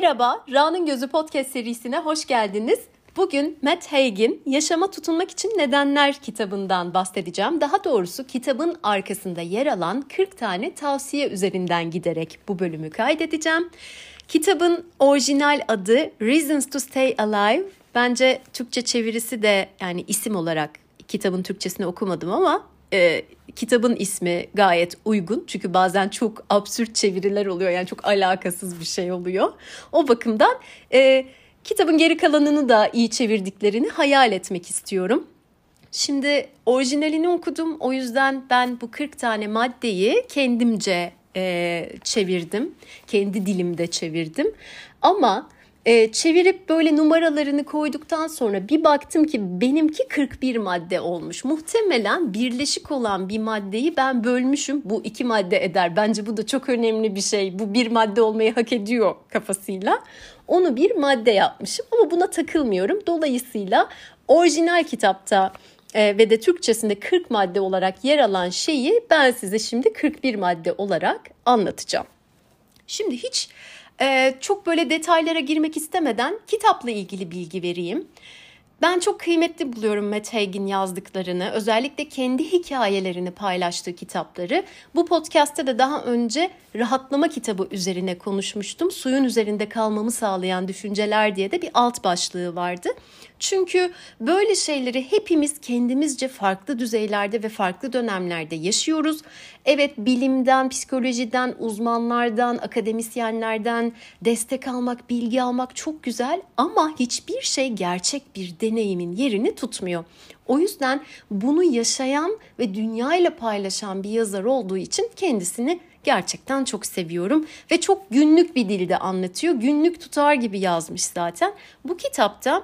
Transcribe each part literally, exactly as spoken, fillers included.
Merhaba, Ra'nın Gözü Podcast serisine hoş geldiniz. Bugün Matt Haig'in Yaşama Tutunmak İçin Nedenler kitabından bahsedeceğim. Daha doğrusu kitabın arkasında yer alan kırk tane tavsiye üzerinden giderek bu bölümü kaydedeceğim. Kitabın orijinal adı Reasons to Stay Alive. Bence Türkçe çevirisi de yani isim olarak kitabın Türkçesini okumadım ama e, kitabın ismi gayet uygun. Çünkü bazen çok absürt çeviriler oluyor yani çok alakasız bir şey oluyor. O bakımdan e, kitabın geri kalanını da iyi çevirdiklerini hayal etmek istiyorum. Şimdi orijinalini okudum. O yüzden ben bu kırk tane maddeyi kendimce e, çevirdim. Kendi dilimde çevirdim. Ama e, çevirip böyle numaralarını koyduktan sonra bir baktım ki benimki kırk bir madde olmuş. Muhtemelen birleşik olan bir maddeyi ben bölmüşüm. Bu iki madde eder. Bence bu da çok önemli bir şey. Bu bir madde olmayı hak ediyor kafasıyla. Onu bir madde yapmışım ama buna takılmıyorum. Dolayısıyla orijinal kitapta e, ve de Türkçesinde kırk madde olarak yer alan şeyi ben size şimdi kırk bir madde olarak anlatacağım. Şimdi hiç e, çok böyle detaylara girmek istemeden kitapla ilgili bilgi vereyim. Ben çok kıymetli buluyorum Matt Haig'in yazdıklarını, özellikle kendi hikayelerini paylaştığı kitapları. Bu podcast'te de daha önce rahatlama kitabı üzerine konuşmuştum. Suyun üzerinde kalmamı sağlayan düşünceler diye de bir alt başlığı vardı. Çünkü böyle şeyleri hepimiz kendimizce farklı düzeylerde ve farklı dönemlerde yaşıyoruz. Evet, bilimden, psikolojiden, uzmanlardan, akademisyenlerden destek almak, bilgi almak çok güzel ama hiçbir şey gerçek bir deneyimin yerini tutmuyor. O yüzden bunu yaşayan ve dünyayla paylaşan bir yazar olduğu için kendisini gerçekten çok seviyorum ve çok günlük bir dilde anlatıyor. Günlük tutar gibi yazmış zaten. Bu kitapta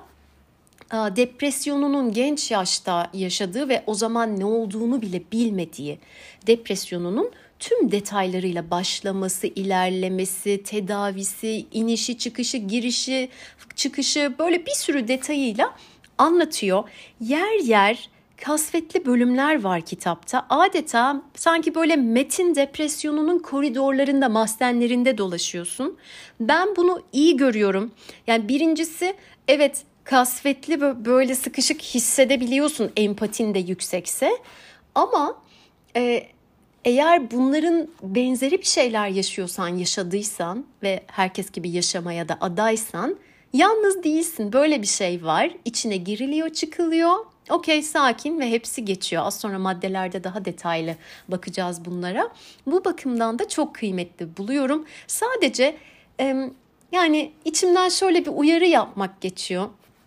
depresyonunun genç yaşta yaşadığı ve o zaman ne olduğunu bile bilmediği depresyonunun tüm detaylarıyla başlaması, ilerlemesi, tedavisi, inişi, çıkışı, girişi, çıkışı böyle bir sürü detayıyla anlatıyor. Yer yer kasvetli bölümler var kitapta. Adeta sanki böyle metin depresyonunun koridorlarında, mahzenlerinde dolaşıyorsun. Ben bunu iyi görüyorum. Yani birincisi evet, kasvetli böyle sıkışık hissedebiliyorsun empatin de yüksekse. Ama e, eğer bunların benzeri bir şeyler yaşıyorsan, yaşadıysan ve herkes gibi yaşamaya da adaysan yalnız değilsin. Böyle bir şey var. İçine giriliyor, çıkılıyor. Okey, sakin ve hepsi geçiyor. Az sonra maddelerde daha detaylı bakacağız bunlara. Bu bakımdan da çok kıymetli buluyorum. Sadece e, yani içimden şöyle bir uyarı yapmak geçiyor.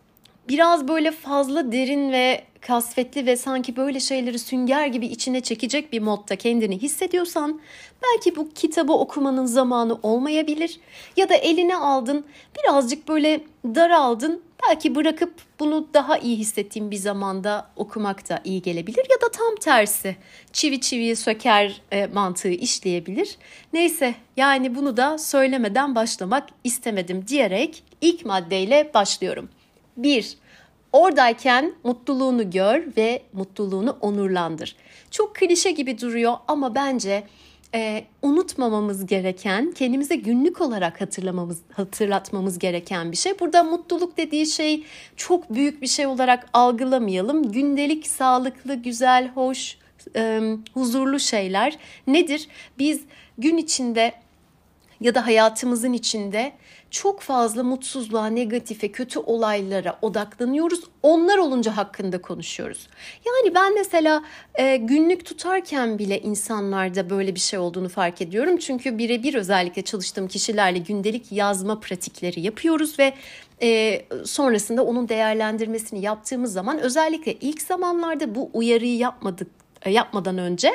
Biraz böyle fazla derin ve kasvetli ve sanki böyle şeyleri sünger gibi içine çekecek bir modda kendini hissediyorsan belki bu kitabı okumanın zamanı olmayabilir. Ya da eline aldın, birazcık böyle daraldın, belki bırakıp bunu daha iyi hissettiğin bir zamanda okumak da iyi gelebilir. Ya da tam tersi, çivi çiviyi söker e, mantığı işleyebilir. Neyse, yani bunu da söylemeden başlamak istemedim diyerek ilk maddeyle başlıyorum. bir. Oradayken mutluluğunu gör ve mutluluğunu onurlandır. Çok klişe gibi duruyor ama bence e, unutmamamız gereken, kendimize günlük olarak hatırlamamız, hatırlatmamız gereken bir şey. Burada mutluluk dediği şey çok büyük bir şey olarak algılamayalım. Gündelik, sağlıklı, güzel, hoş, e, huzurlu şeyler nedir? Biz gün içinde ya da hayatımızın içinde çok fazla mutsuzluğa, negatife, kötü olaylara odaklanıyoruz. Onlar olunca hakkında konuşuyoruz. Yani ben mesela e, günlük tutarken bile insanlarda böyle bir şey olduğunu fark ediyorum. Çünkü birebir özellikle çalıştığım kişilerle gündelik yazma pratikleri yapıyoruz ve e, sonrasında onun değerlendirmesini yaptığımız zaman özellikle ilk zamanlarda bu uyarıyı yapmadık, yapmadan önce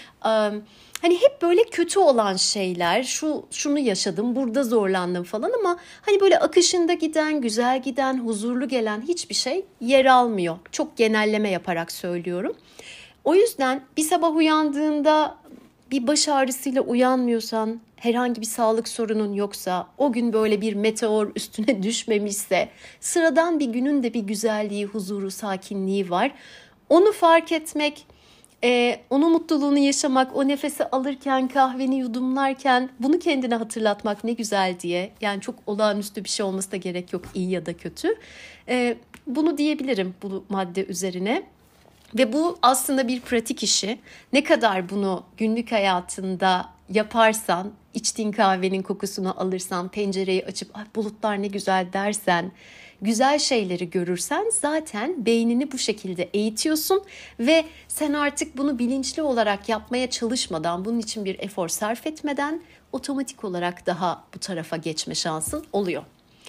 E, Hani hep böyle kötü olan şeyler, şu şunu yaşadım, burada zorlandım falan ama hani böyle akışında giden, güzel giden, huzurlu gelen hiçbir şey yer almıyor. Çok genelleme yaparak söylüyorum. O yüzden bir sabah uyandığında bir baş ağrısıyla uyanmıyorsan, herhangi bir sağlık sorunun yoksa, o gün böyle bir meteor üstüne düşmemişse, sıradan bir günün de bir güzelliği, huzuru, sakinliği var. Onu fark etmek, Ee, onun mutluluğunu yaşamak, o nefesi alırken, kahveni yudumlarken bunu kendine hatırlatmak ne güzel diye. Yani çok olağanüstü bir şey olması da gerek yok, iyi ya da kötü. Ee, bunu diyebilirim bu madde üzerine. Ve bu aslında bir pratik işi. Ne kadar bunu günlük hayatında yaparsan, içtiğin kahvenin kokusunu alırsan, pencereyi açıp ah, bulutlar ne güzel dersen, güzel şeyleri görürsen zaten beynini bu şekilde eğitiyorsun ve sen artık bunu bilinçli olarak yapmaya çalışmadan, bunun için bir efor sarf etmeden otomatik olarak daha bu tarafa geçme şansın oluyor.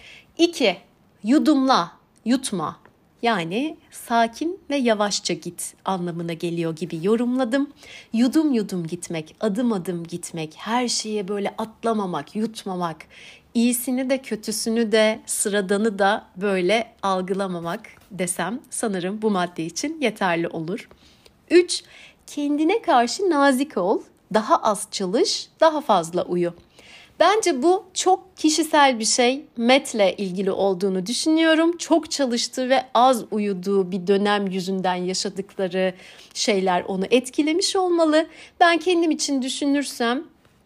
İki, yudumla, yutma. Yani sakin ve yavaşça git anlamına geliyor gibi yorumladım. Yudum yudum gitmek, adım adım gitmek, her şeye böyle atlamamak, yutmamak, iyisini de kötüsünü de sıradanı da böyle algılamamak desem sanırım bu madde için yeterli olur. Üç, kendine karşı nazik ol, daha az çalış, daha fazla uyu. Bence bu çok kişisel bir şey. Matt'le ilgili olduğunu düşünüyorum. Çok çalıştığı ve az uyuduğu bir dönem yüzünden yaşadıkları şeyler onu etkilemiş olmalı. Ben kendim için düşünürsem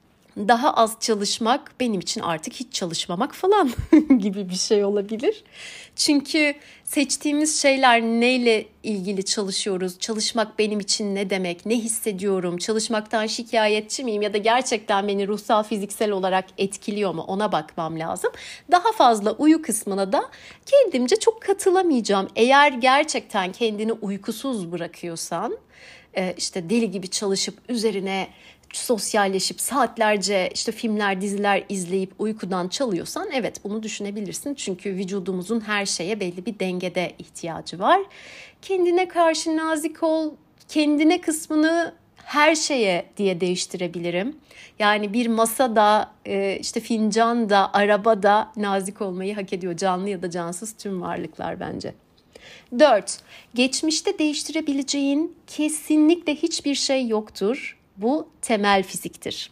daha az çalışmak benim için artık hiç çalışmamak falan gibi bir şey olabilir. Çünkü seçtiğimiz şeyler neyle ilgili çalışıyoruz? Çalışmak benim için ne demek? Ne hissediyorum? Çalışmaktan şikayetçi miyim? Ya da gerçekten beni ruhsal, fiziksel olarak etkiliyor mu? Ona bakmam lazım. Daha fazla uyu kısmına da kendimce çok katılamayacağım. Eğer gerçekten kendini uykusuz bırakıyorsan, işte deli gibi çalışıp üzerine sosyalleşip saatlerce işte filmler, diziler izleyip uykudan çalıyorsan evet bunu düşünebilirsin. Çünkü vücudumuzun her şeye belli bir dengede ihtiyacı var. Kendine karşı nazik ol, kendine kısmını her şeye diye değiştirebilirim. Yani bir masada, işte fincanda, arabada nazik olmayı hak ediyor. Canlı ya da cansız tüm varlıklar bence. Dört, geçmişte değiştirebileceğin kesinlikle hiçbir şey yoktur. Bu temel fiziktir.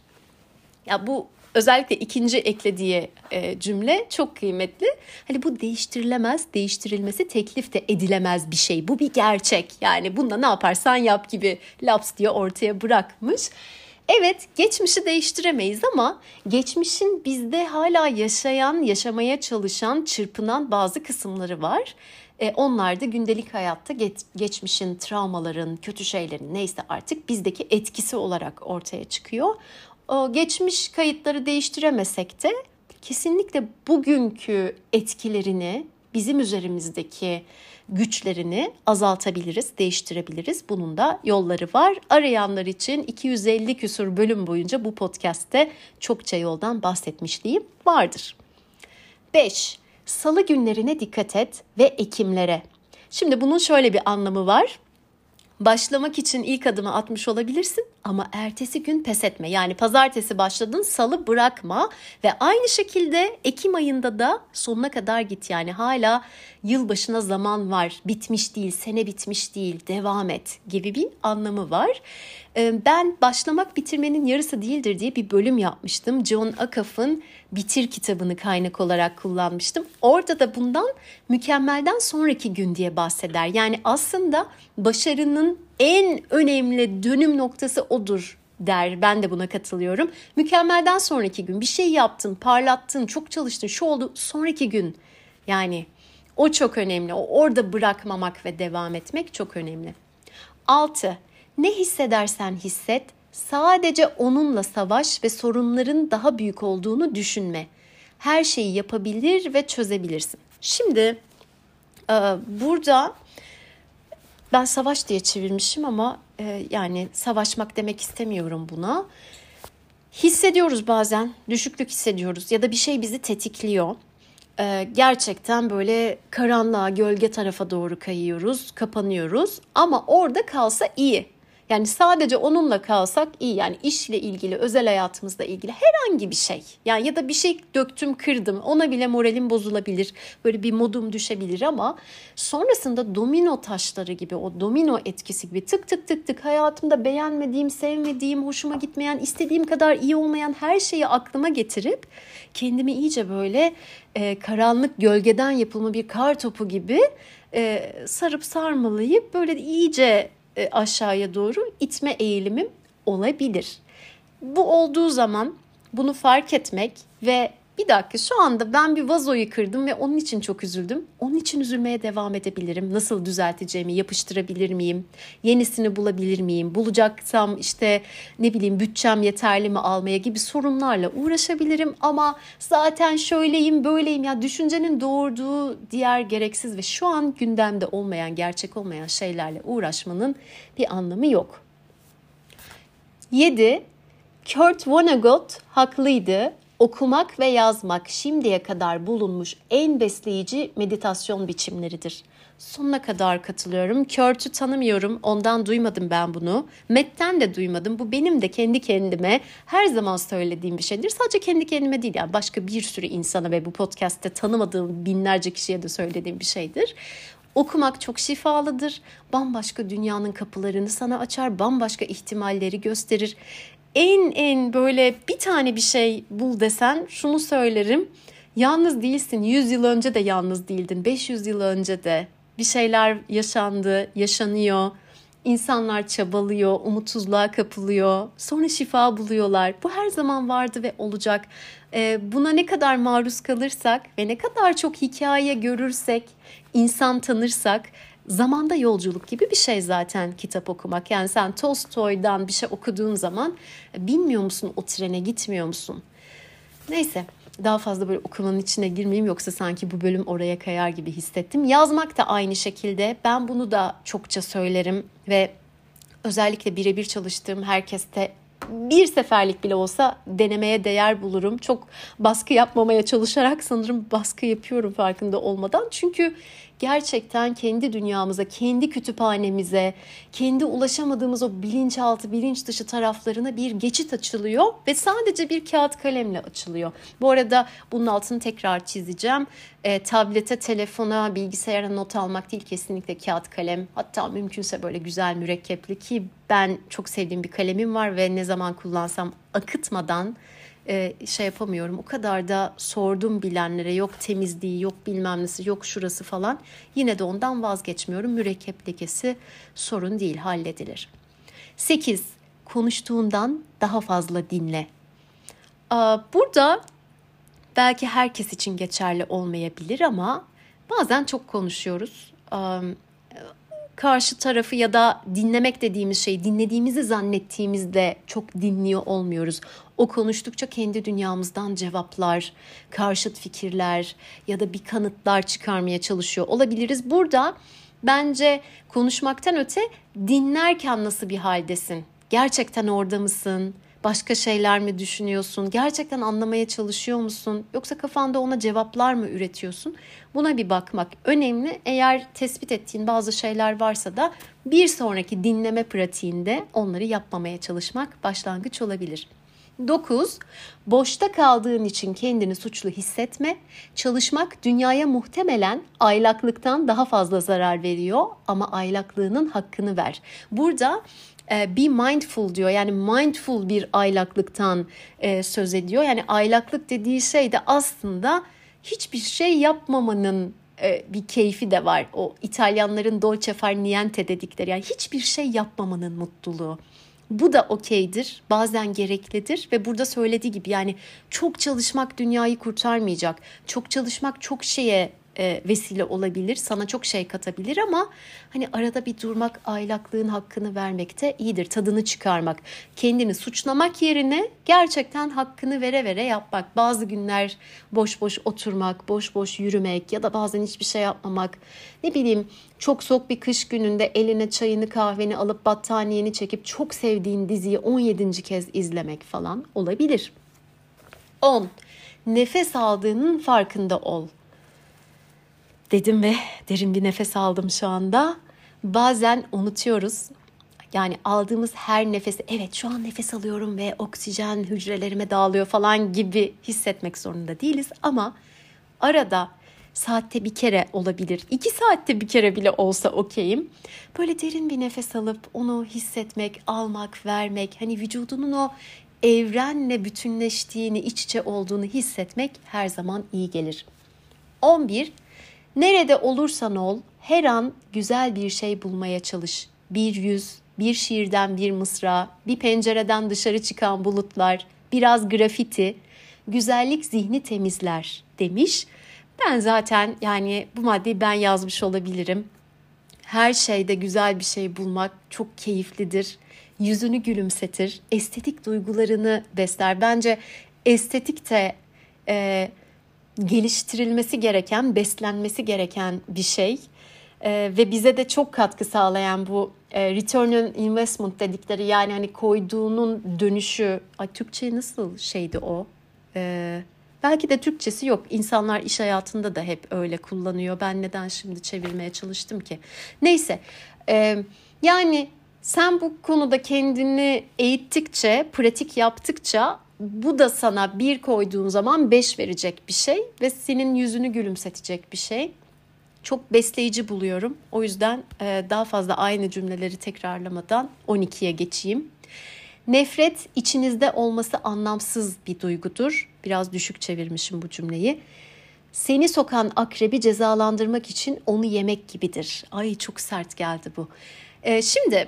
Ya bu özellikle ikinci eklediği e, cümle çok kıymetli. Hani bu değiştirilemez, değiştirilmesi teklif de edilemez bir şey. Bu bir gerçek. Yani bunda ne yaparsan yap gibi laps diye ortaya bırakmış. Evet, geçmişi değiştiremeyiz ama geçmişin bizde hala yaşayan, yaşamaya çalışan, çırpınan bazı kısımları var. E, onlar da gündelik hayatta geç, geçmişin, travmaların, kötü şeylerin neyse artık bizdeki etkisi olarak ortaya çıkıyor. O geçmiş kayıtları değiştiremesek de kesinlikle bugünkü etkilerini, bizim üzerimizdeki güçlerini azaltabiliriz, değiştirebiliriz. Bunun da yolları var. Arayanlar için iki yüz elli küsur bölüm boyunca bu podcast'te çokça yoldan bahsetmişliğim vardır. beş. Salı günlerine dikkat et ve ekimlere. Şimdi bunun şöyle bir anlamı var. Başlamak için ilk adımı atmış olabilirsin ama ertesi gün pes etme. Yani pazartesi başladın, salı bırakma ve aynı şekilde Ekim ayında da sonuna kadar git. Yani hala yılbaşına zaman var, bitmiş değil, sene bitmiş değil, devam et gibi bir anlamı var. Ben başlamak bitirmenin yarısı değildir diye bir bölüm yapmıştım. Jon Acuff'ın Bitir kitabını kaynak olarak kullanmıştım. Orada da bundan mükemmelden sonraki gün diye bahseder. Yani aslında başarının en önemli dönüm noktası odur der. Ben de buna katılıyorum. Mükemmelden sonraki gün bir şey yaptın, parlattın, çok çalıştın, şu oldu sonraki gün. Yani o çok önemli. O orada bırakmamak ve devam etmek çok önemli. altı. Ne hissedersen hisset, sadece onunla savaş ve sorunların daha büyük olduğunu düşünme. Her şeyi yapabilir ve çözebilirsin. Şimdi burada ben savaş diye çevirmişim ama yani savaşmak demek istemiyorum buna. Hissediyoruz bazen, düşüklük hissediyoruz ya da bir şey bizi tetikliyor. Gerçekten böyle karanlığa, gölge tarafa doğru kayıyoruz, kapanıyoruz ama orada kalsa iyi. Yani sadece onunla kalsak iyi. Yani işle ilgili, özel hayatımızla ilgili herhangi bir şey. Yani ya da bir şey döktüm, kırdım. Ona bile moralim bozulabilir. Böyle bir modum düşebilir ama sonrasında domino taşları gibi, o domino etkisi gibi tık tık tık tık hayatımda beğenmediğim, sevmediğim, hoşuma gitmeyen, istediğim kadar iyi olmayan her şeyi aklıma getirip kendimi iyice böyle e, karanlık gölgeden yapılma bir kar topu gibi e, sarıp sarmalayıp böyle iyice e, aşağıya doğru itme eğilimim olabilir. Bu olduğu zaman bunu fark etmek ve bir dakika şu anda ben bir vazoyu kırdım ve onun için çok üzüldüm. Onun için üzülmeye devam edebilirim. Nasıl düzelteceğimi yapıştırabilir miyim? Yenisini bulabilir miyim? Bulacaksam işte ne bileyim bütçem yeterli mi almaya gibi sorunlarla uğraşabilirim. Ama zaten şöyleyim böyleyim ya düşüncenin doğurduğu diğer gereksiz ve şu an gündemde olmayan gerçek olmayan şeylerle uğraşmanın bir anlamı yok. yedi. Kurt Vonnegut haklıydı. Okumak ve yazmak şimdiye kadar bulunmuş en besleyici meditasyon biçimleridir. Sonuna kadar katılıyorum. Kurt'u tanımıyorum. Ondan duymadım ben bunu. Matt'ten de duymadım. Bu benim de kendi kendime her zaman söylediğim bir şeydir. Sadece kendi kendime değil. Yani başka bir sürü insana ve bu podcast'te tanımadığım binlerce kişiye de söylediğim bir şeydir. Okumak çok şifalıdır. Bambaşka dünyanın kapılarını sana açar. Bambaşka ihtimalleri gösterir. En en böyle bir tane bir şey bul desen şunu söylerim. Yalnız değilsin. yüz yıl önce de yalnız değildin. beş yüz yıl önce de bir şeyler yaşandı, yaşanıyor. İnsanlar çabalıyor, umutsuzluğa kapılıyor. Sonra şifa buluyorlar. Bu her zaman vardı ve olacak. Ee, buna ne kadar maruz kalırsak ve ne kadar çok hikaye görürsek, insan tanırsak, zamanda yolculuk gibi bir şey zaten kitap okumak. Yani sen Tolstoy'dan bir şey okuduğun zaman bilmiyor musun o trene gitmiyor musun? Neyse daha fazla böyle okumanın içine girmeyeyim yoksa sanki bu bölüm oraya kayar gibi hissettim. Yazmak da aynı şekilde. Ben bunu da çokça söylerim ve özellikle birebir çalıştığım herkeste bir seferlik bile olsa denemeye değer bulurum. Çok baskı yapmamaya çalışarak sanırım baskı yapıyorum farkında olmadan. Çünkü gerçekten kendi dünyamıza, kendi kütüphanemize, kendi ulaşamadığımız o bilinçaltı, bilinç dışı taraflarına bir geçit açılıyor ve sadece bir kağıt kalemle açılıyor. Bu arada bunun altını tekrar çizeceğim. E, tablete, telefona, bilgisayara not almak değil, kesinlikle kağıt kalem. Hatta mümkünse böyle güzel mürekkepli, ki ben çok sevdiğim bir kalemim var ve ne zaman kullansam akıtmadan e, şey yapamıyorum. O kadar da sordum bilenlere, yok temizliği, yok bilmem nesi, yok şurası falan. Yine de ondan vazgeçmiyorum. Mürekkep lekesi sorun değil, halledilir. sekiz. Konuştuğundan daha fazla dinle. Aa, burada belki herkes için geçerli olmayabilir ama bazen çok konuşuyoruz. Karşı tarafı ya da dinlemek dediğimiz şeyi dinlediğimizi zannettiğimizde çok dinliyor olmuyoruz. O konuştukça kendi dünyamızdan cevaplar, karşıt fikirler ya da bir kanıtlar çıkarmaya çalışıyor olabiliriz. Burada bence konuşmaktan öte dinlerken nasıl bir haldesin? Gerçekten orada mısın? Başka şeyler mi düşünüyorsun? Gerçekten anlamaya çalışıyor musun? Yoksa kafanda ona cevaplar mı üretiyorsun? Buna bir bakmak önemli. Eğer tespit ettiğin bazı şeyler varsa da bir sonraki dinleme pratiğinde onları yapmamaya çalışmak başlangıç olabilir. dokuz. Boşta kaldığın için kendini suçlu hissetme. Çalışmak dünyaya muhtemelen aylaklıktan daha fazla zarar veriyor ama aylaklığının hakkını ver. Burada be mindful diyor, yani mindful bir aylaklıktan e, söz ediyor. Yani aylaklık dediği şey de aslında hiçbir şey yapmamanın e, bir keyfi de var. O İtalyanların dolce far niente dedikleri, yani hiçbir şey yapmamanın mutluluğu. Bu da okeydir, bazen gereklidir ve burada söylediği gibi yani çok çalışmak dünyayı kurtarmayacak. Çok çalışmak çok şeye e, vesile olabilir, sana çok şey katabilir ama hani arada bir durmak, aylaklığın hakkını vermek de iyidir, tadını çıkarmak. Kendini suçlamak yerine gerçekten hakkını vere vere yapmak. Bazı günler boş boş oturmak, boş boş yürümek ya da bazen hiçbir şey yapmamak. Ne bileyim, çok soğuk bir kış gününde eline çayını kahveni alıp battaniyeni çekip çok sevdiğin diziyi on yedinci kez izlemek falan olabilir. on. Nefes aldığının farkında ol. Dedim ve derin bir nefes aldım şu anda. Bazen unutuyoruz. Yani aldığımız her nefesi, evet şu an nefes alıyorum ve oksijen hücrelerime dağılıyor falan gibi hissetmek zorunda değiliz. Ama arada saatte bir kere olabilir, iki saatte bir kere bile olsa okeyim. Böyle derin bir nefes alıp onu hissetmek, almak, vermek, hani vücudunun o evrenle bütünleştiğini, iç içe olduğunu hissetmek her zaman iyi gelir. on bir. Nerede olursan ol, her an güzel bir şey bulmaya çalış. bir yüz, bir şiirden bir mısra, bir pencereden dışarı çıkan bulutlar, biraz grafiti, güzellik zihni temizler demiş. Ben zaten yani bu maddeyi ben yazmış olabilirim. Her şeyde güzel bir şey bulmak çok keyiflidir. Yüzünü gülümsetir, estetik duygularını besler. Bence estetik de e, geliştirilmesi gereken, beslenmesi gereken bir şey. E, ve bize de çok katkı sağlayan bu e, return on investment dedikleri, yani hani koyduğunun dönüşü. Ay, Türkçe nasıl şeydi o? E, belki de Türkçesi yok. İnsanlar iş hayatında da hep öyle kullanıyor. Ben neden şimdi çevirmeye çalıştım ki? Neyse. E, yani sen bu konuda kendini eğittikçe, pratik yaptıkça bu da sana bir koyduğun zaman beş verecek bir şey ve senin yüzünü gülümsetecek bir şey. Çok besleyici buluyorum. O yüzden daha fazla aynı cümleleri tekrarlamadan on ikiye geçeyim. Nefret içinizde olması anlamsız bir duygudur. Biraz düşük çevirmişim bu cümleyi. Seni sokan akrebi cezalandırmak için onu yemek gibidir. Ay, çok sert geldi bu. Ee, şimdi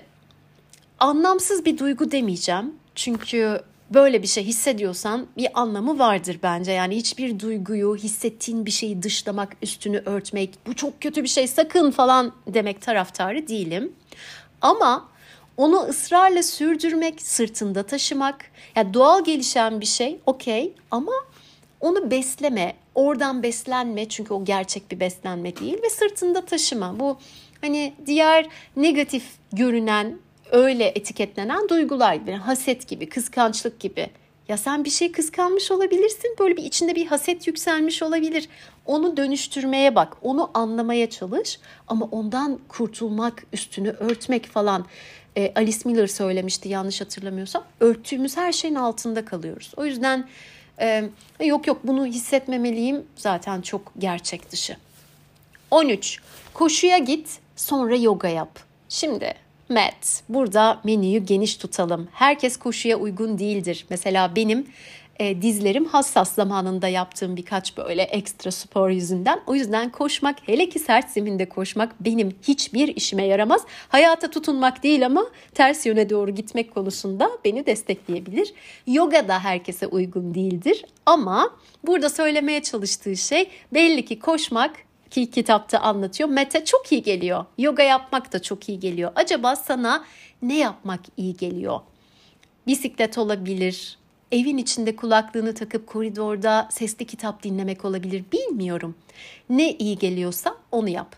anlamsız bir duygu demeyeceğim. Çünkü böyle bir şey hissediyorsan bir anlamı vardır bence. Yani hiçbir duyguyu, hissettiğin bir şeyi dışlamak, üstünü örtmek, bu çok kötü bir şey sakın falan demek taraftarı değilim. Ama onu ısrarla sürdürmek, sırtında taşımak, yani doğal gelişen bir şey, okey, ama onu besleme, oradan beslenme, çünkü o gerçek bir beslenme değil ve sırtında taşıma. Bu hani diğer negatif görünen, öyle etiketlenen duygular gibi, haset gibi, kıskançlık gibi. Ya sen bir şey kıskanmış olabilirsin, böyle bir içinde bir haset yükselmiş olabilir. Onu dönüştürmeye bak, onu anlamaya çalış ama ondan kurtulmak, üstünü örtmek falan. E, Alice Miller söylemişti yanlış hatırlamıyorsam. Örttüğümüz her şeyin altında kalıyoruz. O yüzden e, yok yok bunu hissetmemeliyim, zaten çok gerçek dışı. on üç. Koşuya git, sonra yoga yap. Şimdi Matt, burada menüyü geniş tutalım. Herkes koşuya uygun değildir. Mesela benim e, dizlerim hassas, zamanında yaptığım birkaç böyle ekstra spor yüzünden. O yüzden koşmak, hele ki sert zeminde koşmak benim hiçbir işime yaramaz. Hayata tutunmak değil ama ters yöne doğru gitmek konusunda beni destekleyebilir. Yoga da herkese uygun değildir. Ama burada söylemeye çalıştığı şey belli ki koşmak, ki kitapta anlatıyor, Matt'e çok iyi geliyor. Yoga yapmak da çok iyi geliyor. Acaba sana ne yapmak iyi geliyor? Bisiklet olabilir, evin içinde kulaklığını takıp koridorda sesli kitap dinlemek olabilir, bilmiyorum. Ne iyi geliyorsa onu yap.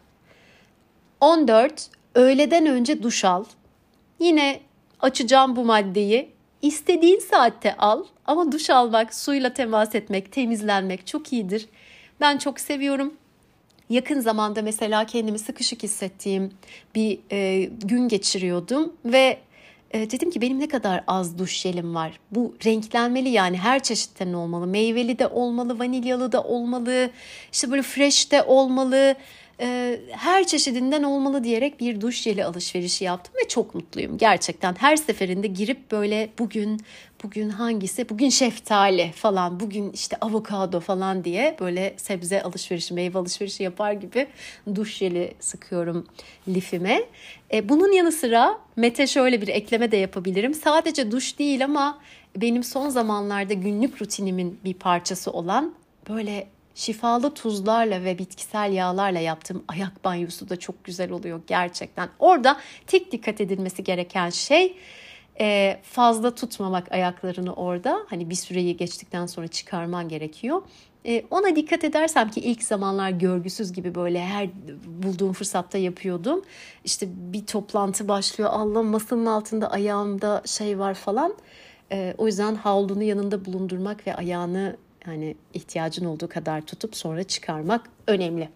on dört. Öğleden önce duş al. Yine açacağım bu maddeyi. İstediğin saatte al ama duş almak, suyla temas etmek, temizlenmek çok iyidir. Ben çok seviyorum. Yakın zamanda mesela kendimi sıkışık hissettiğim bir e, gün geçiriyordum ve e, dedim ki benim ne kadar az duş jelim var. Bu renklenmeli, yani her çeşitten olmalı. Meyveli de olmalı, vanilyalı da olmalı, işte böyle fresh de olmalı. E, her çeşidinden olmalı diyerek bir duş jeli alışverişi yaptım ve çok mutluyum gerçekten. Her seferinde girip böyle bugün bugün hangisi, bugün şeftali falan, bugün işte avokado falan diye böyle sebze alışverişi, meyve alışverişi yapar gibi duş jeli sıkıyorum lifime. E, bunun yanı sıra Mete şöyle bir ekleme de yapabilirim. Sadece duş değil ama benim son zamanlarda günlük rutinimin bir parçası olan böyle şifalı tuzlarla ve bitkisel yağlarla yaptığım ayak banyosu da çok güzel oluyor gerçekten. Orada tek dikkat edilmesi gereken şey fazla tutmamak ayaklarını orada. Hani bir süreyi geçtikten sonra çıkarman gerekiyor. Ona dikkat edersem, ki ilk zamanlar görgüsüz gibi böyle her bulduğum fırsatta yapıyordum. İşte bir toplantı başlıyor, Allah masanın altında ayağımda şey var falan. O yüzden havlunu yanında bulundurmak ve ayağını yani ihtiyacın olduğu kadar tutup sonra çıkarmak önemli.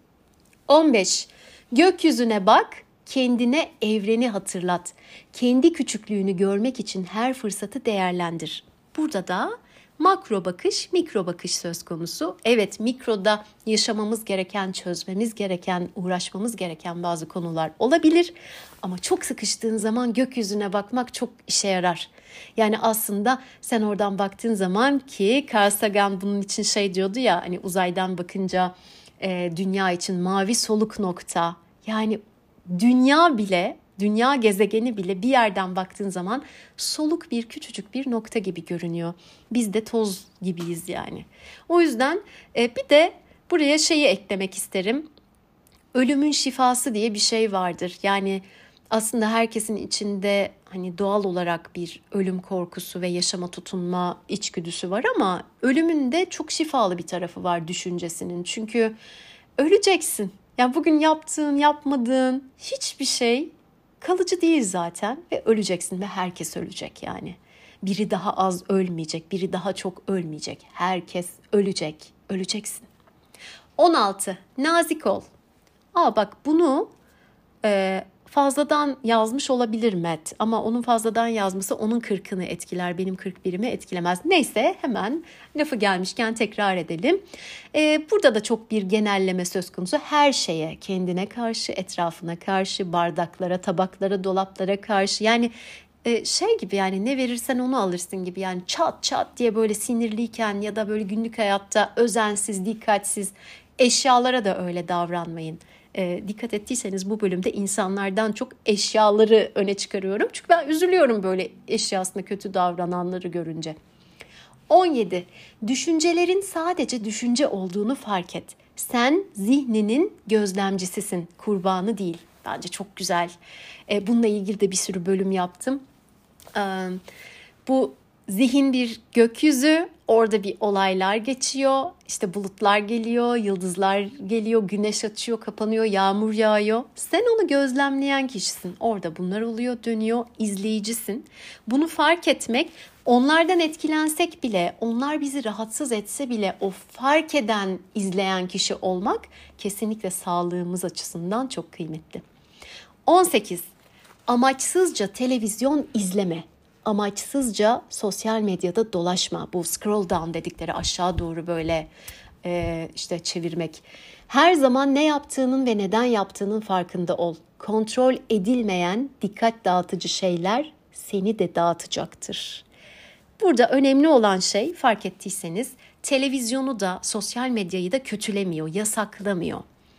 on beş. Gökyüzüne bak, kendine evreni hatırlat. Kendi küçüklüğünü görmek için her fırsatı değerlendir. Burada da makro bakış, mikro bakış söz konusu. Evet, mikroda yaşamamız gereken, çözmemiz gereken, uğraşmamız gereken bazı konular olabilir. Ama çok sıkıştığın zaman gökyüzüne bakmak çok işe yarar. Yani aslında sen oradan baktığın zaman, ki Carl Sagan bunun için şey diyordu ya, hani uzaydan bakınca e, dünya için mavi soluk nokta. Yani dünya bile dünya gezegeni bile bir yerden baktığın zaman soluk bir küçücük bir nokta gibi görünüyor. Biz de toz gibiyiz yani. O yüzden e, bir de buraya şeyi eklemek isterim. Ölümün şifası diye bir şey vardır. Yani aslında herkesin içinde hani doğal olarak bir ölüm korkusu ve yaşama tutunma içgüdüsü var ama ölümün de çok şifalı bir tarafı var düşüncesinin. Çünkü öleceksin. Yani bugün yaptığın, yapmadığın hiçbir şey kalıcı değil zaten ve öleceksin ve herkes ölecek yani. Biri daha az ölmeyecek, biri daha çok ölmeyecek. Herkes ölecek, öleceksin. on altı. Nazik ol. Aa bak bunu e, fazladan yazmış olabilir Matt ama onun fazladan yazması onun kırkını etkiler, benim kırk birimi etkilemez. Neyse hemen lafı gelmişken tekrar edelim. E, burada da çok bir genelleme söz konusu. Her şeye, kendine karşı, etrafına karşı, bardaklara, tabaklara, dolaplara karşı yani e, şey gibi yani ne verirsen onu alırsın gibi yani çat çat diye böyle sinirliyken ya da böyle günlük hayatta özensiz, dikkatsiz eşyalara da öyle davranmayın. E, dikkat ettiyseniz bu bölümde insanlardan çok eşyaları öne çıkarıyorum. Çünkü ben üzülüyorum böyle eşyasına kötü davrananları görünce. on yedi. Düşüncelerin sadece düşünce olduğunu fark et. Sen zihninin gözlemcisisin, kurbanı değil. Bence çok güzel. E, bununla ilgili de bir sürü bölüm yaptım. E, bu zihin bir gökyüzü, orada bir olaylar geçiyor, işte bulutlar geliyor, yıldızlar geliyor, güneş açıyor, kapanıyor, yağmur yağıyor. Sen onu gözlemleyen kişisin. Orada bunlar oluyor, dönüyor, izleyicisin. Bunu fark etmek, onlardan etkilensek bile, onlar bizi rahatsız etse bile o fark eden, izleyen kişi olmak kesinlikle sağlığımız açısından çok kıymetli. on sekiz. Amaçsızca televizyon izleme. Amaçsızca sosyal medyada dolaşma. Bu scroll down dedikleri aşağı doğru böyle e, işte çevirmek. Her zaman ne yaptığının ve neden yaptığının farkında ol. Kontrol edilmeyen dikkat dağıtıcı şeyler seni de dağıtacaktır. Burada önemli olan şey fark ettiyseniz televizyonu da sosyal medyayı da kötülemiyor, yasaklamıyor.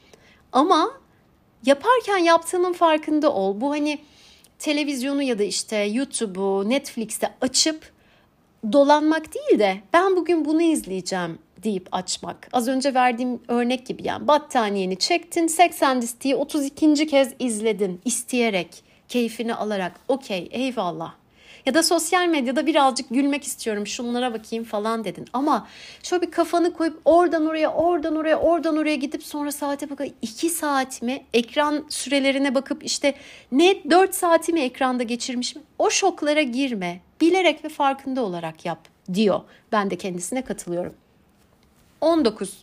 Ama yaparken yaptığının farkında ol. Bu hani televizyonu ya da işte YouTube'u, Netflix'te açıp dolanmak değil de ben bugün bunu izleyeceğim deyip açmak. Az önce verdiğim örnek gibi yani battaniyeni çektin, Sex and the City'yi otuz ikinci kez izledin isteyerek, keyfini alarak okey eyvallah. Ya da sosyal medyada birazcık gülmek istiyorum şunlara bakayım falan dedin. Ama şöyle bir kafanı koyup oradan oraya, oradan oraya, oradan oraya gidip sonra saate bakıp iki saat mi ekran sürelerine bakıp işte ne dört saatimi ekranda geçirmişim. O şoklara girme. Bilerek ve farkında olarak yap diyor. Ben de kendisine katılıyorum. on dokuz.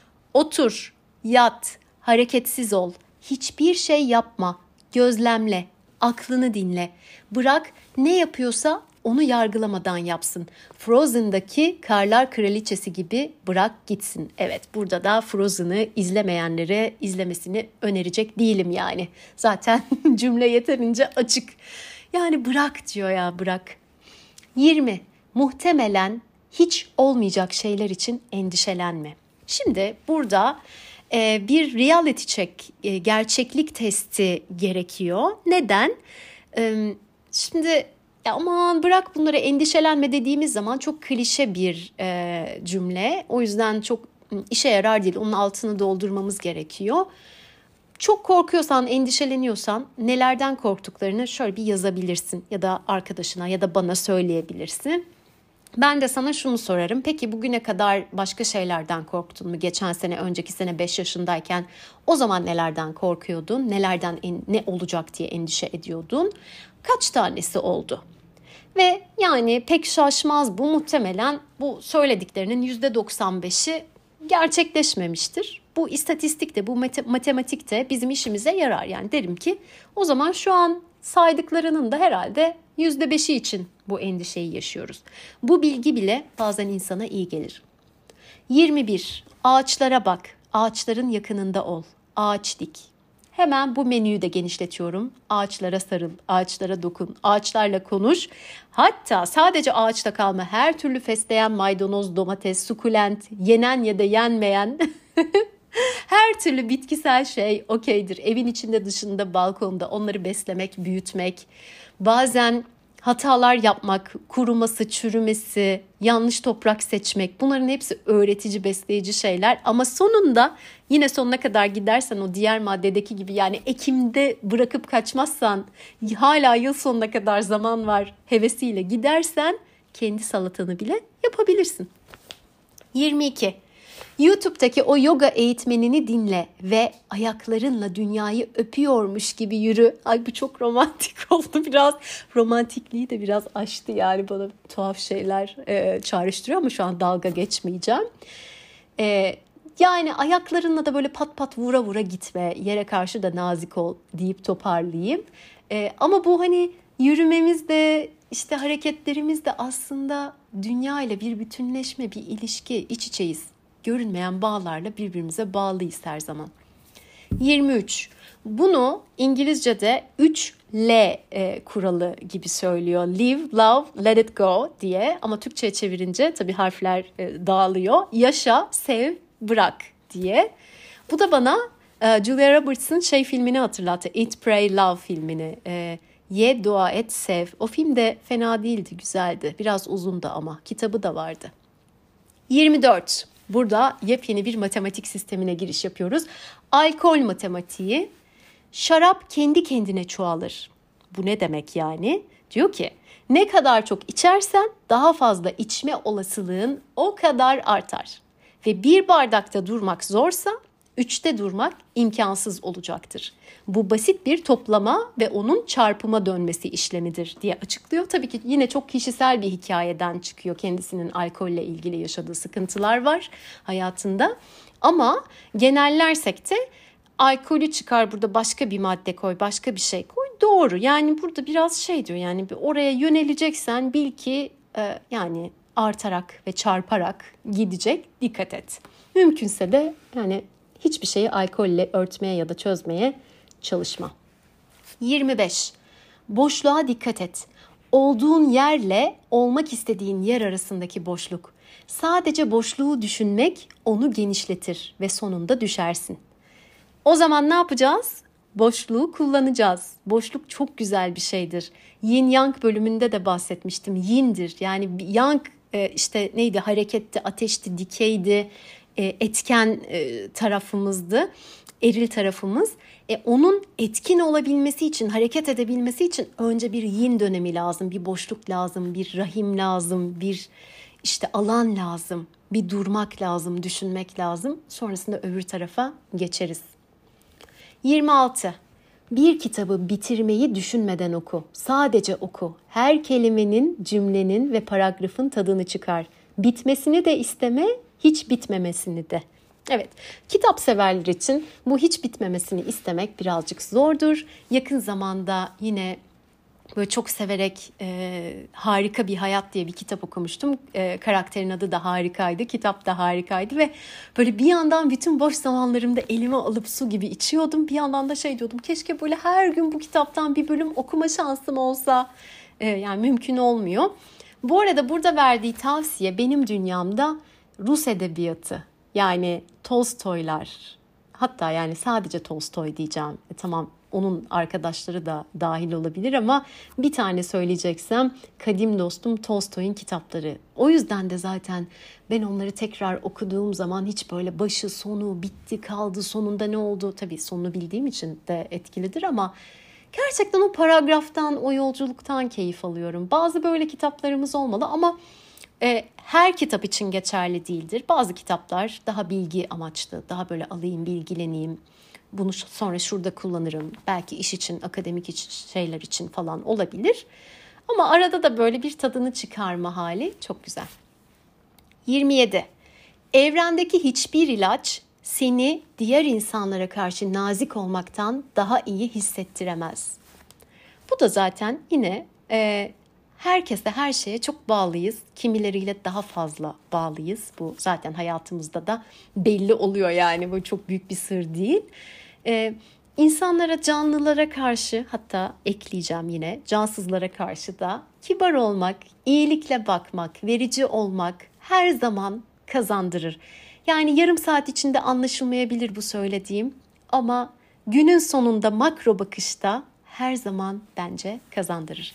Otur, yat, hareketsiz ol. Hiçbir şey yapma. Gözlemle, aklını dinle. Bırak ne yapıyorsa onu yargılamadan yapsın. Frozen'daki Karlar Kraliçesi gibi bırak gitsin. Evet, burada da Frozen'ı izlemeyenlere izlemesini önerecek değilim yani. Zaten cümle yeterince açık. Yani bırak diyor ya, bırak. yirmi. Muhtemelen hiç olmayacak şeyler için endişelenme. Şimdi burada e, bir reality check, e, gerçeklik testi gerekiyor. Neden? E, şimdi aman bırak bunları endişelenme dediğimiz zaman çok klişe bir e, cümle. O yüzden çok işe yarar değil. Onun altını doldurmamız gerekiyor. Çok korkuyorsan, endişeleniyorsan nelerden korktuklarını şöyle bir yazabilirsin. Ya da arkadaşına ya da bana söyleyebilirsin. Ben de sana şunu sorarım. Peki bugüne kadar başka şeylerden korktun mu? Geçen sene, önceki sene beş yaşındayken o zaman nelerden korkuyordun? Nelerden ne olacak diye endişe ediyordun? Kaç tanesi oldu? Ve yani pek şaşmaz bu, muhtemelen bu söylediklerinin yüzde doksan beşi gerçekleşmemiştir. Bu istatistik de, bu matematik de bizim işimize yarar. Yani derim ki o zaman şu an saydıklarının da herhalde yüzde beşi için bu endişeyi yaşıyoruz. Bu bilgi bile bazen insana iyi gelir. yirmi bir. Ağaçlara bak. Ağaçların yakınında ol. Ağaç dik. Hemen bu menüyü de genişletiyorum. Ağaçlara sarıl, ağaçlara dokun, ağaçlarla konuş. Hatta sadece ağaçta kalma, her türlü fesleğen, maydanoz, domates, sukulent, yenen ya da yenmeyen Her türlü bitkisel şey okeydir. Evin içinde, dışında, balkonda onları beslemek, büyütmek. Bazen hatalar yapmak, kuruması, çürümesi, yanlış toprak seçmek, bunların hepsi öğretici, besleyici şeyler. Ama sonunda yine sonuna kadar gidersen o diğer maddedeki gibi, yani Ekim'de bırakıp kaçmazsan, hala yıl sonuna kadar zaman var hevesiyle gidersen kendi salatanı bile yapabilirsin. yirmi iki. YouTube'daki o yoga eğitmenini dinle ve ayaklarınla dünyayı öpüyormuş gibi yürü. Ay bu çok romantik oldu biraz. Romantikliği de biraz aştı, yani bana tuhaf şeyler e, çağrıştırıyor ama şu an dalga geçmeyeceğim. E, yani ayaklarınla da böyle pat pat vura vura gitme. Yere karşı da nazik ol deyip toparlayayım. E, ama bu hani yürümemiz de, işte hareketlerimiz de aslında dünya ile bir bütünleşme, bir ilişki, iç içeyiz. Görünmeyen bağlarla birbirimize bağlıyız her zaman. yirmi üç. Bunu İngilizce'de üç L e, kuralı gibi söylüyor. Live, love, let it go diye. Ama Türkçe'ye çevirince tabii harfler e, dağılıyor. Yaşa, sev, bırak diye. Bu da bana e, Julia Roberts'ın şey filmini hatırlattı. Eat, Pray, Love filmini. E, Ye, dua et, sev. O film de fena değildi, güzeldi. Biraz uzundu ama kitabı da vardı. yirmi dört. Burada yepyeni bir matematik sistemine giriş yapıyoruz. Alkol matematiği. Şarap kendi kendine çoğalır. Bu ne demek yani? Diyor ki ne kadar çok içersen daha fazla içme olasılığın o kadar artar. Ve bir bardakta durmak zorsa üçte durmak imkansız olacaktır. Bu basit bir toplama ve onun çarpıma dönmesi işlemidir diye açıklıyor. Tabii ki yine çok kişisel bir hikayeden çıkıyor. Kendisinin alkolle ilgili yaşadığı sıkıntılar var hayatında. Ama genellersek de alkolü çıkar, burada başka bir madde koy, başka bir şey koy. Doğru, yani burada biraz şey diyor, yani oraya yöneleceksen bil ki e, yani artarak ve çarparak gidecek, dikkat et. Mümkünse de yani hiçbir şeyi alkolle örtmeye ya da çözmeye çalışma. yirmi beş. Boşluğa dikkat et. Olduğun yerle olmak istediğin yer arasındaki boşluk. Sadece boşluğu düşünmek onu genişletir ve sonunda düşersin. O zaman ne yapacağız? Boşluğu kullanacağız. Boşluk çok güzel bir şeydir. Yin Yang bölümünde de bahsetmiştim. Yin'dir. Yani Yang işte neydi? Hareketti, ateşti, dikeydi, etken tarafımızdı. Eril tarafımız. E, onun etkin olabilmesi için, hareket edebilmesi için önce bir yin dönemi lazım, bir boşluk lazım, bir rahim lazım, bir işte alan lazım, bir durmak lazım, düşünmek lazım. Sonrasında öbür tarafa geçeriz. yirmi altı. Bir kitabı bitirmeyi düşünmeden oku. Sadece oku. Her kelimenin, cümlenin ve paragrafın tadını çıkar. Bitmesini de isteme, hiç bitmemesini de. Evet, kitap severler için bu hiç bitmemesini istemek birazcık zordur. Yakın zamanda yine böyle çok severek e, Harika Bir Hayat diye bir kitap okumuştum. E, karakterin adı da harikaydı, kitap da harikaydı ve böyle bir yandan bütün boş zamanlarımda elime alıp su gibi içiyordum. Bir yandan da şey diyordum, keşke böyle her gün bu kitaptan bir bölüm okuma şansım olsa. E, yani mümkün olmuyor. Bu arada burada verdiği tavsiye benim dünyamda Rus edebiyatı. Yani Tolstoylar, hatta yani sadece Tolstoy diyeceğim. E, tamam, onun arkadaşları da dahil olabilir ama bir tane söyleyeceksem kadim dostum Tolstoy'un kitapları. O yüzden de zaten ben onları tekrar okuduğum zaman hiç böyle başı sonu bitti kaldı, sonunda ne oldu? Tabii sonunu bildiğim için de etkilidir ama gerçekten o paragraftan, o yolculuktan keyif alıyorum. Bazı böyle kitaplarımız olmalı ama E, her kitap için geçerli değildir. Bazı kitaplar daha bilgi amaçlı, daha böyle alayım, bilgileneyim. Bunu sonra şurada kullanırım. Belki iş için, akademik iç şeyler için falan olabilir. Ama arada da böyle bir tadını çıkarma hali çok güzel. yirmi yedi. Evrendeki hiçbir ilaç seni diğer insanlara karşı nazik olmaktan daha iyi hissettiremez. Bu da zaten yine E, herkese, her şeye çok bağlıyız. Kimileriyle daha fazla bağlıyız. Bu zaten hayatımızda da belli oluyor yani. Bu çok büyük bir sır değil. Ee, insanlara, canlılara karşı, hatta ekleyeceğim yine cansızlara karşı da kibar olmak, iyilikle bakmak, verici olmak her zaman kazandırır. Yani yarım saat içinde anlaşılmayabilir bu söylediğim ama günün sonunda makro bakışta her zaman bence kazandırır.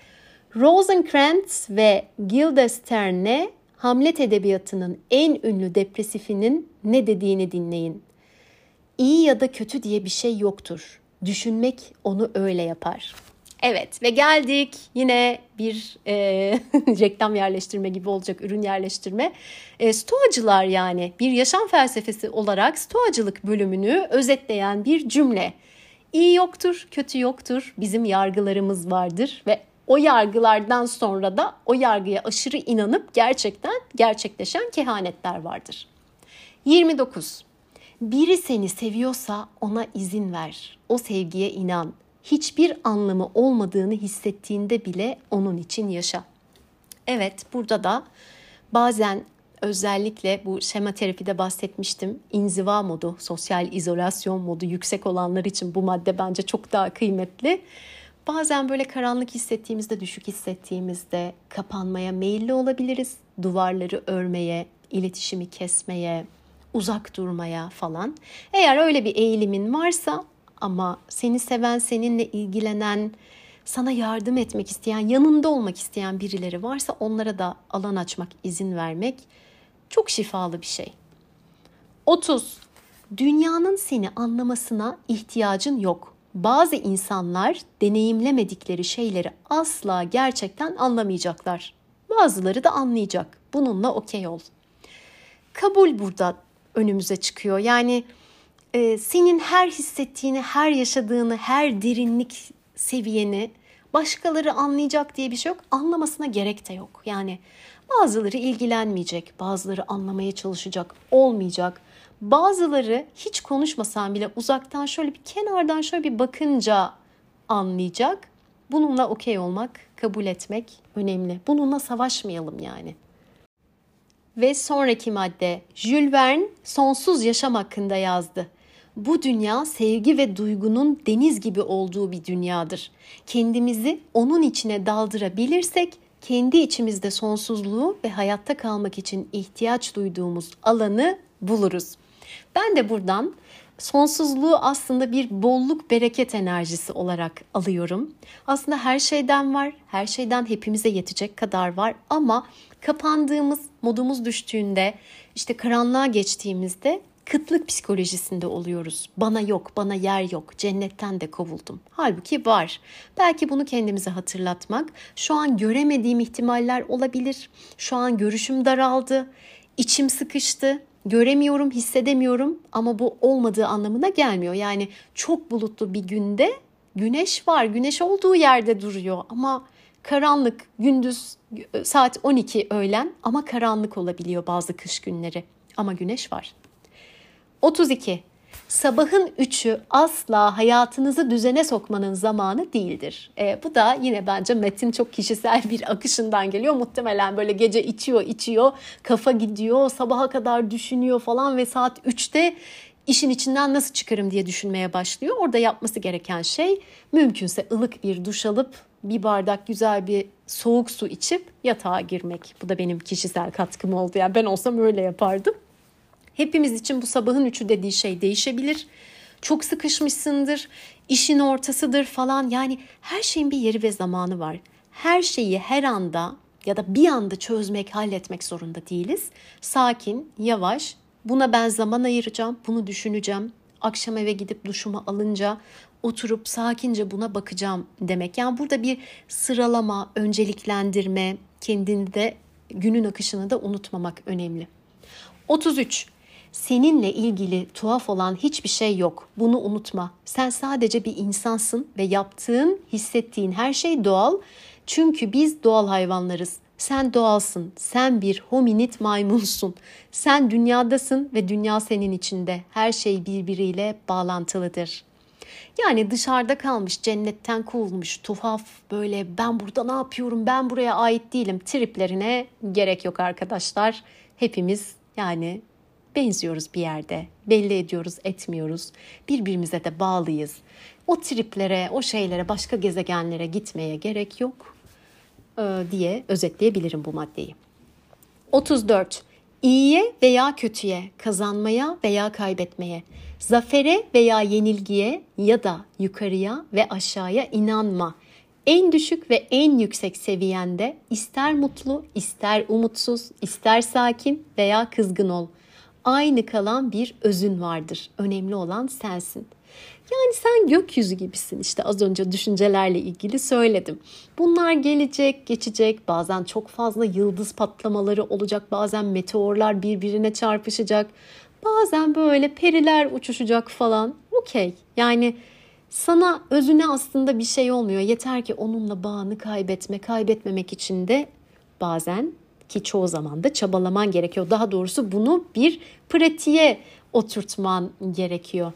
Rosencrantz ve Guildenstern'e Hamlet edebiyatının en ünlü depresifinin ne dediğini dinleyin. İyi ya da kötü diye bir şey yoktur. Düşünmek onu öyle yapar. Evet ve geldik yine bir e, reklam yerleştirme gibi olacak, ürün yerleştirme. E, Stoacılar yani bir yaşam felsefesi olarak Stoacılık bölümünü özetleyen bir cümle. İyi yoktur, kötü yoktur, bizim yargılarımız vardır ve o yargılardan sonra da o yargıya aşırı inanıp gerçekten gerçekleşen kehanetler vardır. yirmi dokuz. Biri seni seviyorsa ona izin ver. O sevgiye inan. Hiçbir anlamı olmadığını hissettiğinde bile onun için yaşa. Evet, burada da bazen özellikle bu şema terapide bahsetmiştim. İnziva modu, sosyal izolasyon modu yüksek olanlar için bu madde bence çok daha kıymetli. Bazen böyle karanlık hissettiğimizde, düşük hissettiğimizde kapanmaya meyilli olabiliriz. Duvarları örmeye, iletişimi kesmeye, uzak durmaya falan. Eğer öyle bir eğilimin varsa ama seni seven, seninle ilgilenen, sana yardım etmek isteyen, yanında olmak isteyen birileri varsa onlara da alan açmak, izin vermek çok şifalı bir şey. otuz. Dünyanın seni anlamasına ihtiyacın yok. Bazı insanlar deneyimlemedikleri şeyleri asla gerçekten anlamayacaklar. Bazıları da anlayacak. Bununla okey ol. Kabul burada önümüze çıkıyor. Yani e, senin her hissettiğini, her yaşadığını, her derinlik seviyeni başkaları anlayacak diye bir şey yok. Anlamasına gerek de yok. Yani bazıları ilgilenmeyecek, bazıları anlamaya çalışacak, olmayacak. Bazıları hiç konuşmasan bile uzaktan şöyle bir kenardan şöyle bir bakınca anlayacak. Bununla okey olmak, kabul etmek önemli. Bununla savaşmayalım yani. Ve sonraki madde, Jules Verne sonsuz yaşam hakkında yazdı. Bu dünya sevgi ve duygunun deniz gibi olduğu bir dünyadır. Kendimizi onun içine daldırabilirsek kendi içimizde sonsuzluğu ve hayatta kalmak için ihtiyaç duyduğumuz alanı buluruz. Ben de buradan sonsuzluğu aslında bir bolluk, bereket enerjisi olarak alıyorum. Aslında her şeyden var, her şeyden hepimize yetecek kadar var ama kapandığımız, modumuz düştüğünde, işte karanlığa geçtiğimizde kıtlık psikolojisinde oluyoruz. Bana yok, bana yer yok, cennetten de kovuldum. Halbuki var. Belki bunu kendimize hatırlatmak, şu an göremediğim ihtimaller olabilir. Şu an görüşüm daraldı, içim sıkıştı. Göremiyorum, hissedemiyorum ama bu olmadığı anlamına gelmiyor. Yani çok bulutlu bir günde güneş var, güneş olduğu yerde duruyor ama karanlık, gündüz saat on iki öğlen ama karanlık olabiliyor bazı kış günleri ama güneş var. otuz iki. Sabahın üçü asla hayatınızı düzene sokmanın zamanı değildir. E, bu da yine bence Metin çok kişisel bir akışından geliyor. Muhtemelen böyle gece içiyor içiyor, kafa gidiyor, sabaha kadar düşünüyor falan ve saat üçte işin içinden nasıl çıkarım diye düşünmeye başlıyor. Orada yapması gereken şey mümkünse ılık bir duş alıp bir bardak güzel bir soğuk su içip yatağa girmek. Bu da benim kişisel katkım oldu. Yani ben olsam öyle yapardım. Hepimiz için bu sabahın üçü dediği şey değişebilir. Çok sıkışmışsındır, işin ortasıdır falan. Yani her şeyin bir yeri ve zamanı var. Her şeyi her anda ya da bir anda çözmek, halletmek zorunda değiliz. Sakin, yavaş, buna ben zaman ayıracağım, bunu düşüneceğim. Akşam eve gidip duşumu alınca oturup sakince buna bakacağım demek. Yani burada bir sıralama, önceliklendirme, kendini de günün akışını da unutmamak önemli. otuz üç. Seninle ilgili tuhaf olan hiçbir şey yok. Bunu unutma. Sen sadece bir insansın ve yaptığın, hissettiğin her şey doğal. Çünkü biz doğal hayvanlarız. Sen doğalsın. Sen bir hominid maymunsun. Sen dünyadasın ve dünya senin içinde. Her şey birbiriyle bağlantılıdır. Yani dışarıda kalmış, cennetten kovulmuş, tuhaf böyle ben burada ne yapıyorum, ben buraya ait değilim triplerine gerek yok arkadaşlar. Hepimiz yani benziyoruz bir yerde, belli ediyoruz, etmiyoruz. Birbirimize de bağlıyız. O triplere, o şeylere, başka gezegenlere gitmeye gerek yok diye özetleyebilirim bu maddeyi. otuz dört. İyiye veya kötüye, kazanmaya veya kaybetmeye, zafere veya yenilgiye ya da yukarıya ve aşağıya inanma. En düşük ve en yüksek seviyende ister mutlu, ister umutsuz, ister sakin veya kızgın ol. Aynı kalan bir özün vardır. Önemli olan sensin. Yani sen gökyüzü gibisin, işte az önce düşüncelerle ilgili söyledim. Bunlar gelecek, geçecek, bazen çok fazla yıldız patlamaları olacak, bazen meteorlar birbirine çarpışacak, bazen böyle periler uçuşacak falan. Okey, yani sana özüne aslında bir şey olmuyor. Yeter ki onunla bağını kaybetme, kaybetmemek için de bazen, ki çoğu zaman da çabalaman gerekiyor. Daha doğrusu bunu bir pratiğe oturtman gerekiyor.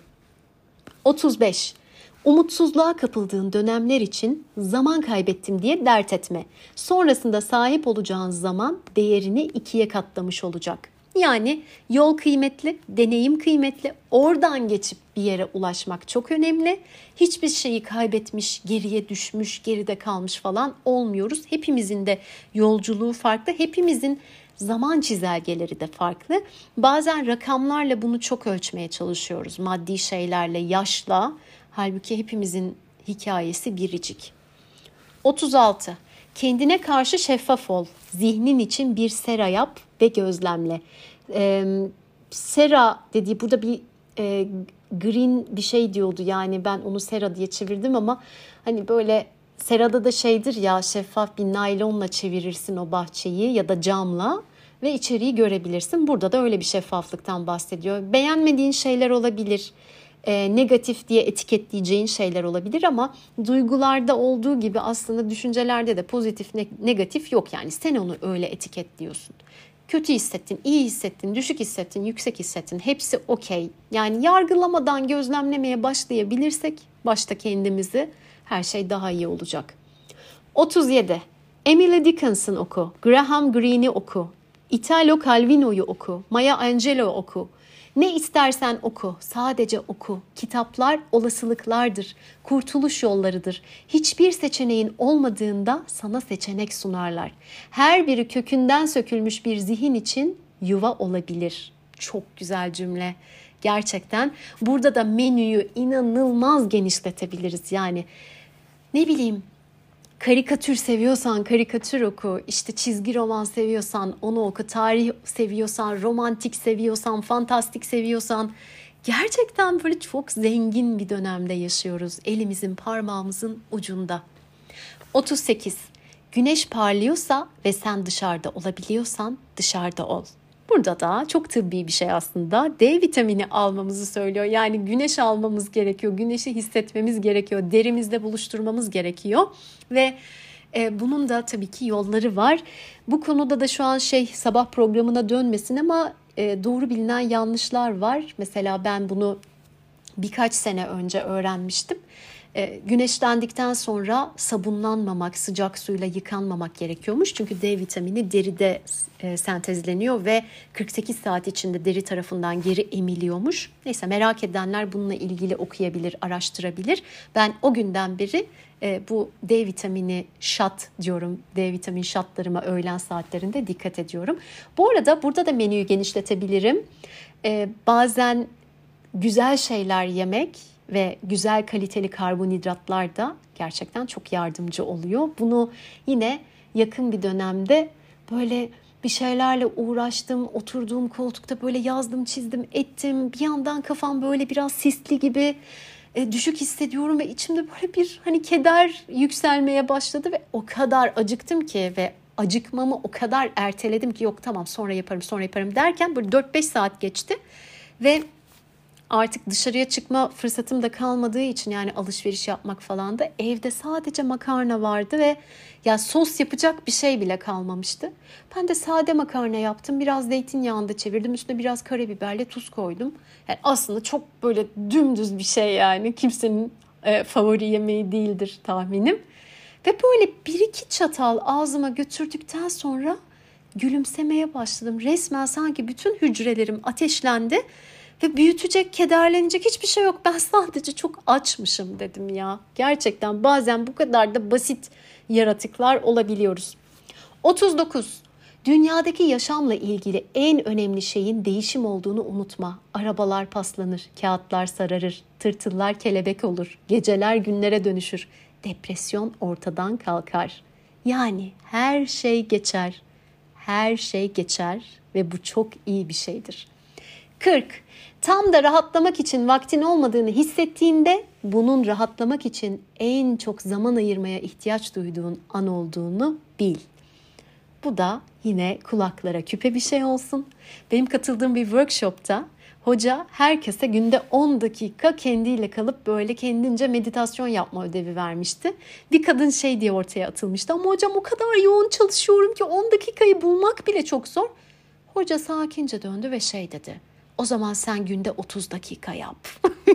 otuz beş. Umutsuzluğa kapıldığın dönemler için zaman kaybettim diye dert etme. Sonrasında sahip olacağın zaman değerini ikiye katlamış olacak. Yani yol kıymetli, deneyim kıymetli. Oradan geçip bir yere ulaşmak çok önemli. Hiçbir şeyi kaybetmiş, geriye düşmüş, geride kalmış falan olmuyoruz. Hepimizin de yolculuğu farklı. Hepimizin zaman çizelgeleri de farklı. Bazen rakamlarla bunu çok ölçmeye çalışıyoruz. Maddi şeylerle, yaşla. Halbuki hepimizin hikayesi biricik. otuz altı. Kendine karşı şeffaf ol. Zihnin için bir sera yap ve gözlemle. Ee, sera dediği burada bir e, green bir şey diyordu. Yani ben onu sera diye çevirdim ama hani böyle serada da şeydir ya, şeffaf bir naylonla çevirirsin o bahçeyi ya da camla ve içeriği görebilirsin. Burada da öyle bir şeffaflıktan bahsediyor. Beğenmediğin şeyler olabilir. E, negatif diye etiketleyeceğin şeyler olabilir ama duygularda olduğu gibi aslında düşüncelerde de pozitif ne- negatif yok. Yani sen onu öyle etiketliyorsun. Kötü hissettin, iyi hissettin, düşük hissettin, yüksek hissettin. Hepsi okey. Yani yargılamadan gözlemlemeye başlayabilirsek başta kendimizi, her şey daha iyi olacak. otuz yedi. Emily Dickinson oku, Graham Greene'i oku, Italo Calvino'yu oku, Maya Angelou oku. Ne istersen oku, sadece oku. Kitaplar olasılıklardır, kurtuluş yollarıdır. Hiçbir seçeneğin olmadığında sana seçenek sunarlar. Her biri kökünden sökülmüş bir zihin için yuva olabilir. Çok güzel cümle. Gerçekten burada da menüyü inanılmaz genişletebiliriz. Yani ne bileyim, karikatür seviyorsan karikatür oku, işte çizgi roman seviyorsan onu oku, tarih seviyorsan, romantik seviyorsan, fantastik seviyorsan. Gerçekten böyle çok zengin bir dönemde yaşıyoruz, elimizin parmağımızın ucunda. otuz sekiz. Güneş parlıyorsa ve sen dışarıda olabiliyorsan dışarıda ol. Burada da çok tıbbi bir şey aslında. D vitamini almamızı söylüyor. Yani güneş almamız gerekiyor. Güneşi hissetmemiz gerekiyor. Derimizde buluşturmamız gerekiyor. Ve e, bunun da tabii ki yolları var. Bu konuda da şu an şey, sabah programına dönmesin ama e, doğru bilinen yanlışlar var. Mesela ben bunu birkaç sene önce öğrenmiştim. E, güneşlendikten sonra sabunlanmamak, sıcak suyla yıkanmamak gerekiyormuş. Çünkü D vitamini deride e, sentezleniyor ve kırk sekiz saat içinde deri tarafından geri emiliyormuş. Neyse, merak edenler bununla ilgili okuyabilir, araştırabilir. Ben o günden beri e, bu D vitamini shot diyorum. D vitamin shotlarıma öğlen saatlerinde dikkat ediyorum. Bu arada burada da menüyü genişletebilirim. E, bazen güzel şeyler yemek ve güzel kaliteli karbonhidratlar da gerçekten çok yardımcı oluyor. Bunu yine yakın bir dönemde böyle bir şeylerle uğraştım, oturduğum koltukta böyle yazdım, çizdim, ettim. Bir yandan kafam böyle biraz sisli gibi, e, düşük hissediyorum ve içimde böyle bir hani keder yükselmeye başladı ve o kadar acıktım ki ve acıkmamı o kadar erteledim ki yok tamam sonra yaparım sonra yaparım derken böyle dört beş saat geçti ve artık dışarıya çıkma fırsatım da kalmadığı için, yani alışveriş yapmak falan da, evde sadece makarna vardı ve ya sos yapacak bir şey bile kalmamıştı. Ben de sade makarna yaptım. Biraz zeytinyağında çevirdim. Üstüne biraz karabiberle tuz koydum. Yani aslında çok böyle dümdüz bir şey yani. Kimsenin e, favori yemeği değildir tahminim. Ve böyle bir iki çatal ağzıma götürdükten sonra gülümsemeye başladım. Resmen sanki bütün hücrelerim ateşlendi. Ve büyütecek, kederlenecek hiçbir şey yok. Ben sadece çok açmışım dedim ya. Gerçekten bazen bu kadar da basit yaratıklar olabiliyoruz. otuz dokuz. Dünyadaki yaşamla ilgili en önemli şeyin değişim olduğunu unutma. Arabalar paslanır, kağıtlar sararır, tırtıllar kelebek olur, geceler günlere dönüşür. Depresyon ortadan kalkar. Yani her şey geçer. Her şey geçer ve bu çok iyi bir şeydir. kırk. Tam da rahatlamak için vaktin olmadığını hissettiğinde bunun rahatlamak için en çok zaman ayırmaya ihtiyaç duyduğun an olduğunu bil. Bu da yine kulaklara küpe bir şey olsun. Benim katıldığım bir workshopta hoca herkese günde on dakika kendiyle kalıp böyle kendince meditasyon yapma ödevi vermişti. Bir kadın şey diye ortaya atılmıştı, ama hocam o kadar yoğun çalışıyorum ki on dakikayı bulmak bile çok zor. Hoca sakince döndü ve şey dedi: o zaman sen günde otuz dakika yap.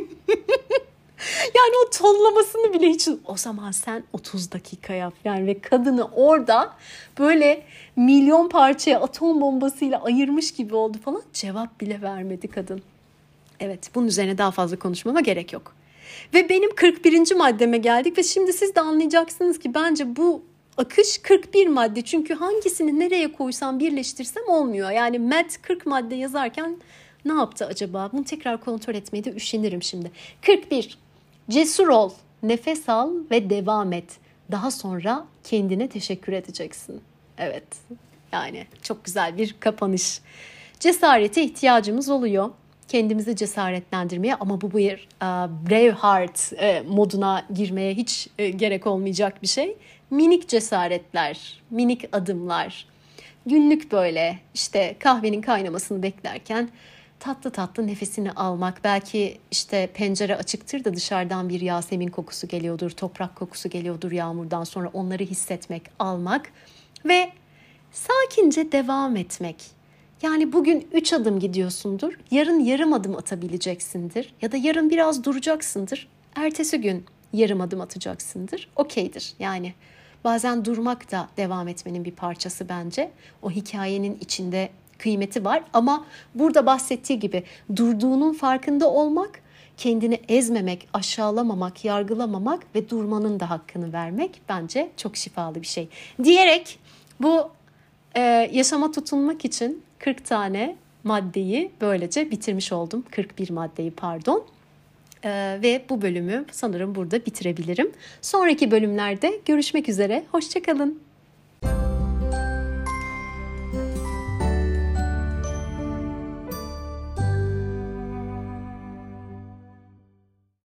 Yani o tonlamasını bile hiç, o zaman sen otuz dakika yap. Yani ve kadını orada böyle milyon parçaya atom bombasıyla ayırmış gibi oldu falan. Cevap bile vermedi kadın. Evet, bunun üzerine daha fazla konuşmama gerek yok. Ve benim kırk birinci maddeme geldik ve şimdi siz de anlayacaksınız ki bence bu akış kırk bir madde. Çünkü hangisini nereye koysam, birleştirsem olmuyor. Yani Matt kırk madde yazarken ne yaptı acaba? Bunu tekrar kontrol etmeye de üşenirim şimdi. kırk bir. Cesur ol, nefes al ve devam et. Daha sonra kendine teşekkür edeceksin. Evet, yani çok güzel bir kapanış. Cesarete ihtiyacımız oluyor. Kendimizi cesaretlendirmeye, ama bu bir uh, Braveheart uh, moduna girmeye hiç uh, gerek olmayacak bir şey. Minik cesaretler, minik adımlar. Günlük böyle işte kahvenin kaynamasını beklerken tatlı tatlı nefesini almak. Belki işte pencere açıktır da dışarıdan bir Yasemin kokusu geliyordur, toprak kokusu geliyordur yağmurdan sonra, onları hissetmek, almak ve sakince devam etmek. Yani bugün üç adım gidiyorsundur, yarın yarım adım atabileceksindir ya da yarın biraz duracaksındır. Ertesi gün yarım adım atacaksındır. Okeydir yani. Bazen durmak da devam etmenin bir parçası bence. O hikayenin içinde kıymeti var, ama burada bahsettiği gibi durduğunun farkında olmak, kendini ezmemek, aşağılamamak, yargılamamak ve durmanın da hakkını vermek bence çok şifalı bir şey. Diyerek bu e, yaşama tutunmak için kırk tane maddeyi böylece bitirmiş oldum. kırk bir maddeyi pardon. Ee, ve bu bölümü sanırım burada bitirebilirim. Sonraki bölümlerde görüşmek üzere. Hoşça kalın.